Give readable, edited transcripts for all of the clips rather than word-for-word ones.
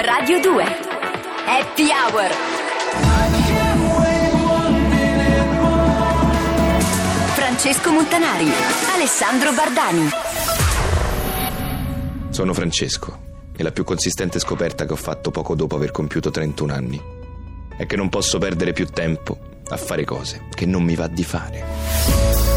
Radio 2 Happy Hour. Francesco Montanari, Alessandro Bardani. Sono Francesco e la più consistente scoperta che ho fatto poco dopo aver compiuto 31 anni è che non posso perdere più tempo a fare cose che non mi va di fare.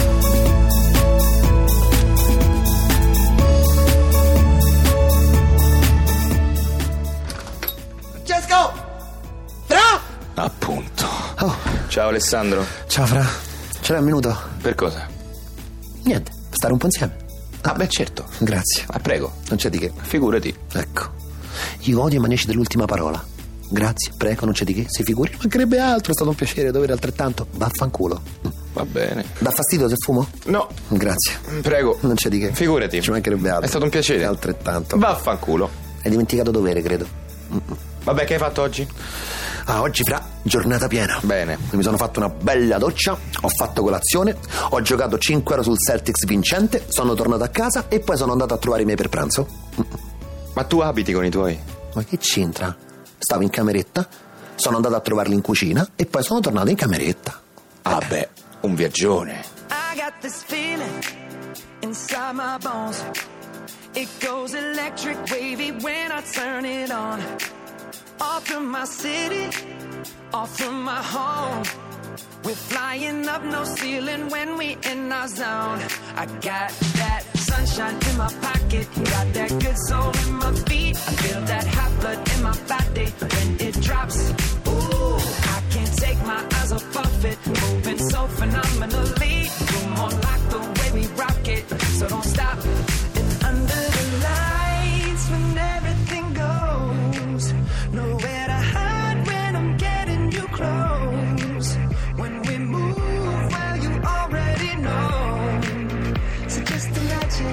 Appunto. Oh. Ciao Alessandro. Ciao Fra, ce l'hai un minuto? Per cosa? Niente, stare un po' insieme. Ah beh certo. Grazie. Prego. Non c'è di che. Figurati. Ecco, io odio i maniaci dell'ultima parola. Grazie, prego, non c'è di che. Si figuri, mancherebbe altro, è stato un piacere, dovere altrettanto. Vaffanculo. Va bene. Dà fastidio se fumo? No. Grazie. Prego. Non c'è di che. Figurati. Ci mancherebbe altro. È stato un piacere. Altrettanto. Vaffanculo. Hai dimenticato dovere, credo. Vabbè, che hai fatto oggi? Ah, oggi Fra, giornata piena. Bene. Mi sono fatto una bella doccia, ho fatto colazione, ho giocato 5 euro sul Celtics vincente, sono tornato a casa e poi sono andato a trovare i miei per pranzo. Ma tu abiti con i tuoi? Ma che c'entra? Stavo in cameretta, sono andato a trovarli in cucina e poi sono tornato in cameretta. Ah beh, un viaggione. I got this feeling inside my bones. It goes electric wavy when I turn it on. Off from my city, off from my home. We're flying up no ceiling when we in our zone. I got that sunshine in my pocket, got that good soul in my feet. I feel that hot blood in my body when it drops. Ooh, I can't take my eyes off it, moving so phenomenally. You're more like the way we rock it, so don't stop. And under the lights when everything goes, nowhere to hide when I'm getting you close. When we move, well, you already know. So just imagine.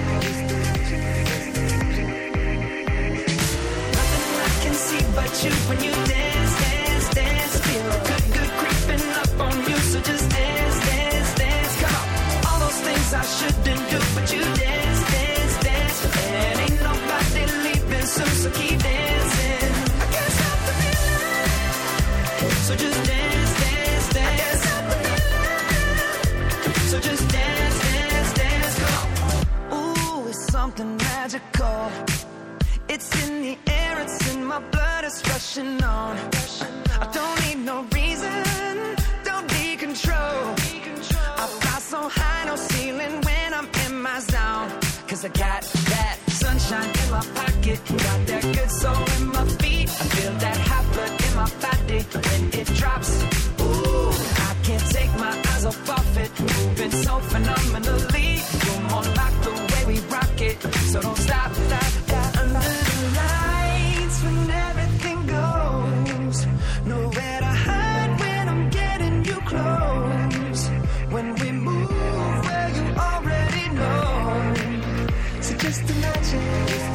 Nothing I can see but you when you dance, dance, dance. Feel good, good creeping up on you. So just dance, dance, dance. Come on. All those things I shouldn't do, but you dance, dance, dance. And ain't nobody leaving soon, so keep dancing. I can't stop the feeling. So just dance, dance, dance. I can't stop the feeling. So just dance, dance, dance. Come on. Ooh, it's something magical. It's in the air, it's in my blood, it's rushing on. I don't need no reason, don't need control. I fly so high, no ceiling when I'm in my zone. Cause I got that sunshine in my pocket, got that good soul in my feet. I feel that hot blood in my body when it drops. Ooh, I can't take my eyes off it, moving so phenomenally. You're more like the way we rock it, so don't stop, stop, stop. Under the lights when everything goes, nowhere to hide when I'm getting you close. When we move, well, you already know. So just imagine.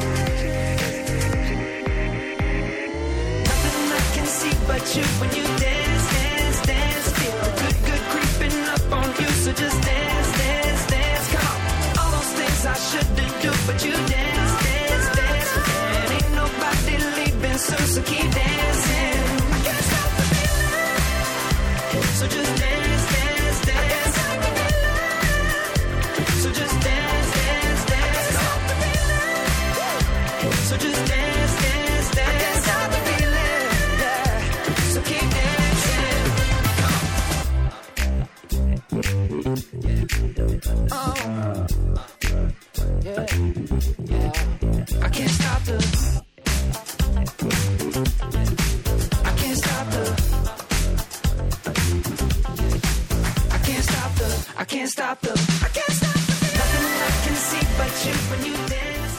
Nothing I can see but you when you dance, dance, dance. Feel good, good creeping up on you. So just dance, dance, dance. Come on. All those things I shouldn't do, but you dance, dance, dance. And ain't nobody leaving soon, so keep dancing. I can't stop the feeling. So just dance, dance, dance. I can't stop the feeling. So just dance, dance, dance. Stop the feeling. So just dance, dance, dance. I can't stop the feeling. Yeah. So keep dancing. Oh. Yeah. Yeah. I can't stop the. I can't stop the. I can't stop the. I can't stop the. I can't stop the. Nothing I can see but you when you dance.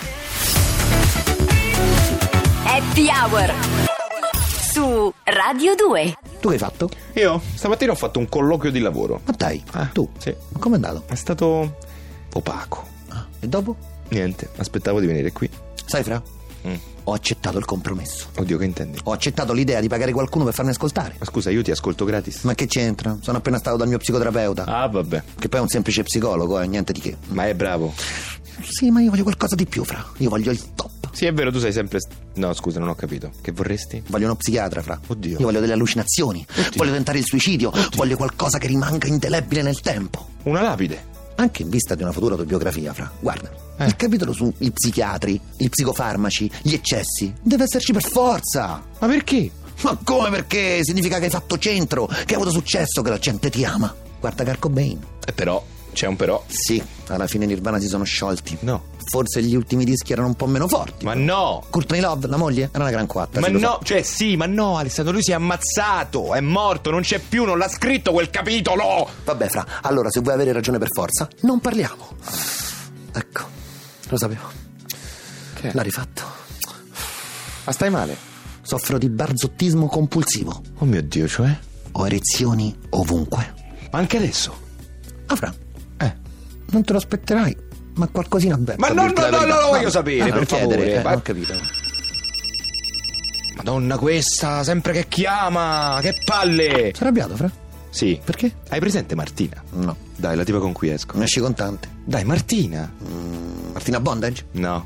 Happy Hour su Radio 2. Tu che hai fatto? Io stamattina ho fatto un colloquio di lavoro. Ma dai, tu? Sì. Ma com'è andato? È stato opaco. Ah, e dopo? Niente, aspettavo di venire qui. Sai Fra? Ho accettato il compromesso. Oddio, che intendi? Ho accettato l'idea di pagare qualcuno per farmi ascoltare. Ma scusa, io ti ascolto gratis. Ma che c'entra? Sono appena stato dal mio psicoterapeuta. Ah, vabbè. Che poi è un semplice psicologo, niente di che. Ma è bravo. Sì, ma io voglio qualcosa di più, Fra. Io voglio il top. Sì, è vero, tu sei sempre No, scusa, non ho capito. Che vorresti? Voglio uno psichiatra, fra. Oddio. Io voglio delle allucinazioni. Voglio tentare il suicidio. Voglio qualcosa che rimanga indelebile nel tempo. Una lapide. Anche in vista di una futura autobiografia, fra. Guarda, il capitolo sui psichiatri, i psicofarmaci, gli eccessi deve esserci per forza. Ma perché? Ma come perché? Significa che hai fatto centro, che hai avuto successo, che la gente ti ama. Guarda Kurt Cobain. Però, c'è un però. Sì, alla fine Nirvana si sono sciolti. No. Forse gli ultimi dischi erano un po' meno forti. Ma no! Courtney Love, la moglie, era una gran quatta. Ma sì, lo no, so. cioè sì, ma no, Alessandro, lui si è ammazzato, è morto, non c'è più, non l'ha scritto quel capitolo! Vabbè, fra, allora se vuoi avere ragione per forza, non parliamo. Ecco, lo sapevo. Che? L'ha rifatto. Ma stai male? Soffro di barzottismo compulsivo. Oh mio Dio, cioè? Ho erezioni ovunque. Ma anche adesso? Ah, fra, non te lo aspetterai, ma qualcosina bene. Ma no, lo voglio sapere, per favore. Non ho capito. Madonna, questa, sempre che chiama, che palle! Sei arrabbiato, fra? Sì. Perché? Hai presente Martina? No, Dai, la tipa con cui esco. ne esci con tante. Dai, Martina. Martina Bondage? No.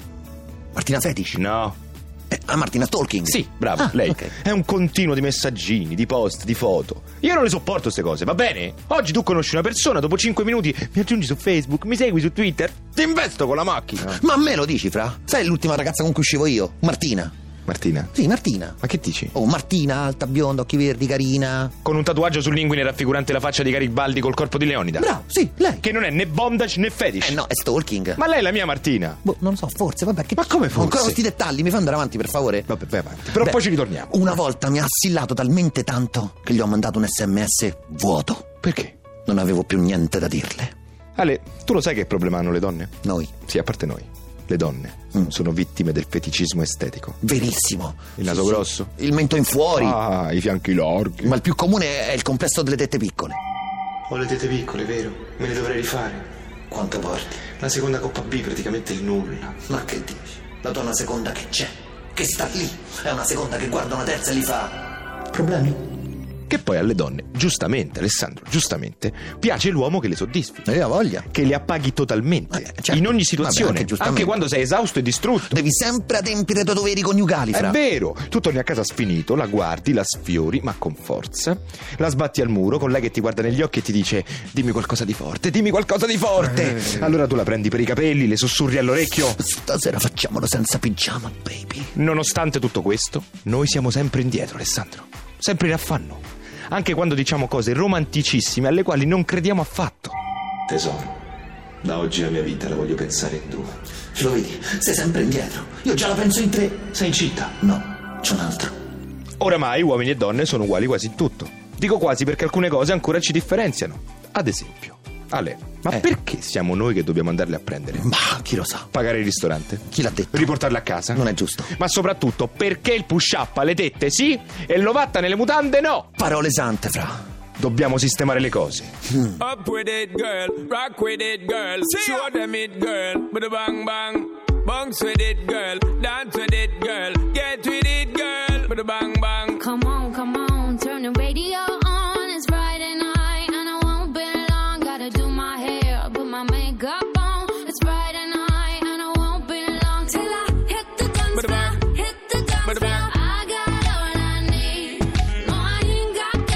Martina Fetish? No. Martina Stalking? Sì, bravo, Ah, lei. ok. È un continuo di messaggini, di post, di foto. Io non le sopporto queste cose, va bene? Oggi tu conosci una persona, dopo 5 minuti mi aggiungi su Facebook, mi segui su Twitter, ti investo con la macchina. Ma a me lo dici, fra? Sai l'ultima ragazza con cui uscivo io? Martina. Martina? Sì, Martina. Ma che dici? Oh, Martina, alta, bionda, occhi verdi, carina. Con un tatuaggio sull'inguine raffigurante la faccia di Garibaldi col corpo di Leonida. Bravo, sì, lei. Che non è né bondage né fetish. No, è stalking. Ma lei è la mia Martina. Boh, non lo so, forse, vabbè. Che Ma come forse? Ancora questi dettagli, mi fa andare avanti, per favore? Vabbè, vai avanti. Però Beh, poi ci ritorniamo. Una volta mi ha assillato talmente tanto che gli ho mandato un SMS vuoto. Perché? Non avevo più niente da dirle. Ale, tu lo sai che problema hanno le donne? Noi. Sì, a parte noi. Le donne sono vittime del feticismo estetico. Verissimo. Il naso grosso? Il mento in fuori. Ah, i fianchi larghi. Ma il più comune è il complesso delle tette piccole. Ho le tette piccole, vero? Me le dovrei rifare. Quanto porti? La seconda coppa B, praticamente il nulla. Ma che dici? La tua è una seconda che c'è, che sta lì. È una seconda che guarda una terza e li fa... Problemi? Che poi alle donne, giustamente, Alessandro, giustamente, piace l'uomo che le soddisfi. Io ho voglia. Che le appaghi totalmente, Certo. in ogni Vabbè, situazione, anche giustamente. anche quando sei esausto e distrutto. Devi sempre adempiere ai tuoi doveri coniugali, fra. È vero, tu torni a casa sfinito, la guardi, la sfiori, ma con forza, la sbatti al muro con lei che ti guarda negli occhi e ti dice dimmi qualcosa di forte, dimmi qualcosa di forte. Allora tu la prendi per i capelli, le sussurri all'orecchio. Stasera facciamolo senza pigiama, baby. Nonostante tutto questo, noi siamo sempre indietro, Alessandro, sempre in affanno. Anche quando diciamo cose romanticissime alle quali non crediamo affatto. Tesoro, da oggi la mia vita la voglio pensare in due. Lo vedi? Sei sempre indietro. Io già la penso in tre. Sei incinta? No, c'è un altro. Oramai uomini e donne sono uguali quasi in tutto. Dico quasi perché alcune cose ancora ci differenziano. Ad esempio, Ale, ma perché siamo noi che dobbiamo andarle a prendere? Ma chi lo sa? Pagare il ristorante? Chi l'ha detto? Riportarle a casa? Non è giusto. Ma soprattutto, perché il push-up alle tette sì e il lovatta nelle mutande no? Parole sante, fra. Dobbiamo sistemare le cose. Up with it, girl. Rock with it, girl. Show them it, girl. With a bang bang. Bounce with it, girl. Dance with it, girl. Get with it, girl. With a bang bang. Come on, turn the radio on. It's Friday night and I won't be long. Gotta do my hair, put my makeup on. It's Friday night and I won't be long till I hit the dance floor. Hit the dance floor. I got all I need. No, I ain't got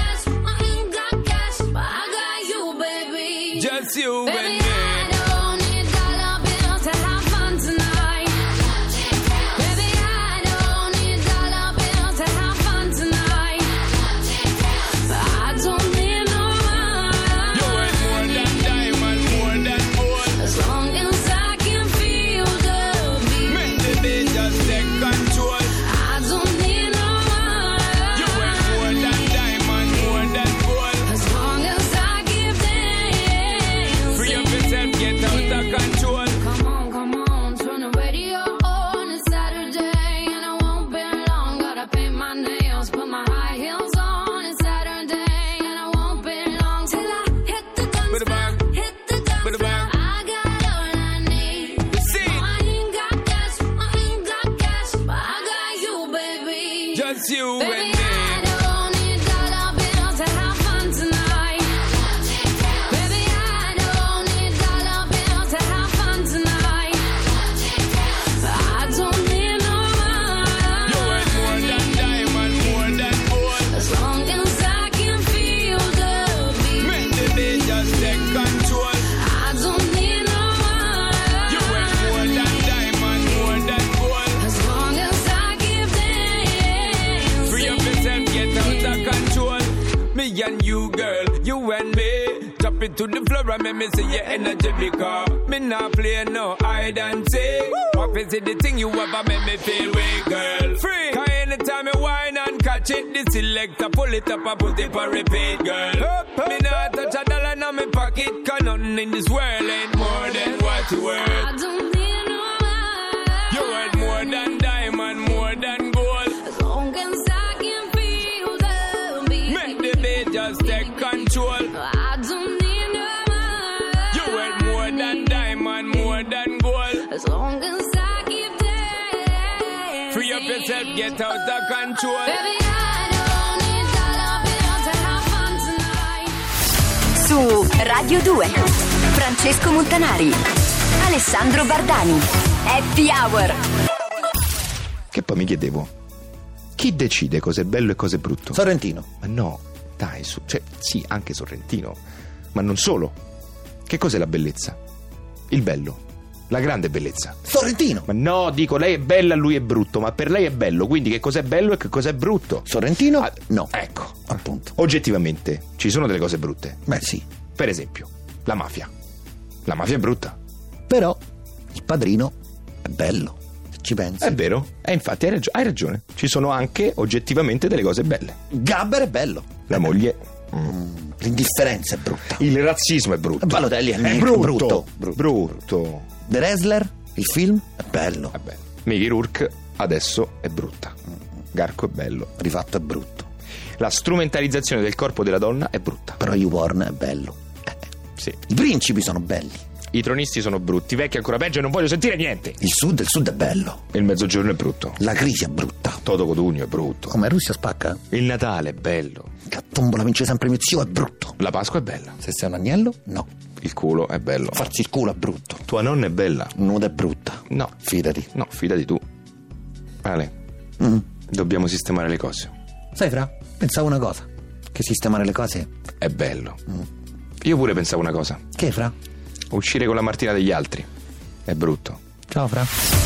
cash, but I got you, baby. Just you Baby, and me. I don't need dollar bills to have fun tonight. Baby, I don't need dollar bills to have fun tonight. I don't need no You ain't more than diamond, more than gold. as long as I can feel the beat. Make the day just take control. I don't need no You ain't more than diamond, more than gold. as long as I keep dancing. Free up yourself, get out of control. Come on, turn the radio on. It's Saturday and I won't be long. Gotta paint my nails, put my high heels on. It's Saturday and I won't be long till I hit the dance With a bang. floor. Hit the dance With a floor. bang. I got all I need. See. No, I ain't got cash, but I got you, baby. Just you Baby, and me. I don't need dollar bills to have fun tonight. Baby, I don't need dollar bills to have fun tonight. I don't need no money and you, girl, you and me. Drop it to the floor and make me see your energy because me not play no hide and seek. What is it the thing you ever make me feel way, girl? Free. Cause anytime I whine and catch it, the selector pull it up and put it for repeat, girl. Me not touch a dollar in my pocket, cause nothing in this world ain't more than what you worth. I don't need no man. You worth more than diamond, more than gold. As long as I can feel the beat. Make the beat just take control. I don't need no man. You worth more than diamond, more than gold. As long as I keep dancing. Free up yourself, get out of control. Baby, I don't need dollar bills to have fun tonight. Su Radio 2, Francesco Montanari, Alessandro Bardani, Happy Hour. Che poi mi chiedevo, chi decide cos'è bello e cos'è brutto? Sorrentino. Ma no, dai, cioè sì, anche Sorrentino, ma non solo. Che cos'è la bellezza? Il bello, la grande bellezza. Sorrentino. Ma no, dico, lei è bella, lui è brutto, ma per lei è bello, quindi che cos'è bello e che cos'è brutto? Sorrentino? Ah, No. Ecco, Appunto. oggettivamente ci sono delle cose brutte. Beh, sì. Per esempio, la mafia. La mafia è brutta. Però il Padrino è bello, se ci pensi. È vero, e infatti hai ragione. Ci sono anche oggettivamente delle cose belle. Gabber è bello. La moglie, L'indifferenza è brutta. il razzismo è brutto. Balotelli è brutto. brutto. Brutto. The Wrestler, il film, è bello. Vabbè, Mickey Rourke adesso è brutta. Garco è bello. Rifatto è brutto. La strumentalizzazione del corpo della donna è brutta. Però YouPorn è bello. Sì. I principi sono belli. I tronisti sono brutti, i vecchi ancora peggio e non voglio sentire niente. Il sud è bello. Il mezzogiorno è brutto. La crisi è brutta. Toto Cotugno è brutto. Come Russia spacca? Il Natale è bello. La tombola vince sempre mio zio è brutto. La Pasqua è bella. Se sei un agnello, no. Il culo è bello. Farsi il culo è brutto. Tua nonna è bella. Nuda è brutta. No. Fidati. No, fidati tu. Ale, dobbiamo sistemare le cose. Sai, Fra, pensavo una cosa. Che sistemare le cose È bello. Io pure pensavo una cosa. Che, Fra? Uscire con la Martina degli altri è brutto. Ciao, Fra.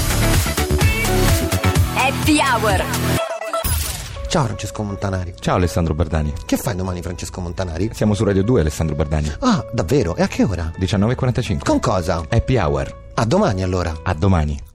Happy Hour. Ciao Francesco Montanari. Ciao Alessandro Bardani. Che fai domani, Francesco Montanari? Siamo su Radio 2, Alessandro Bardani. Ah, davvero? E a che ora? 19:45. Con cosa? Happy Hour. A domani allora. A domani.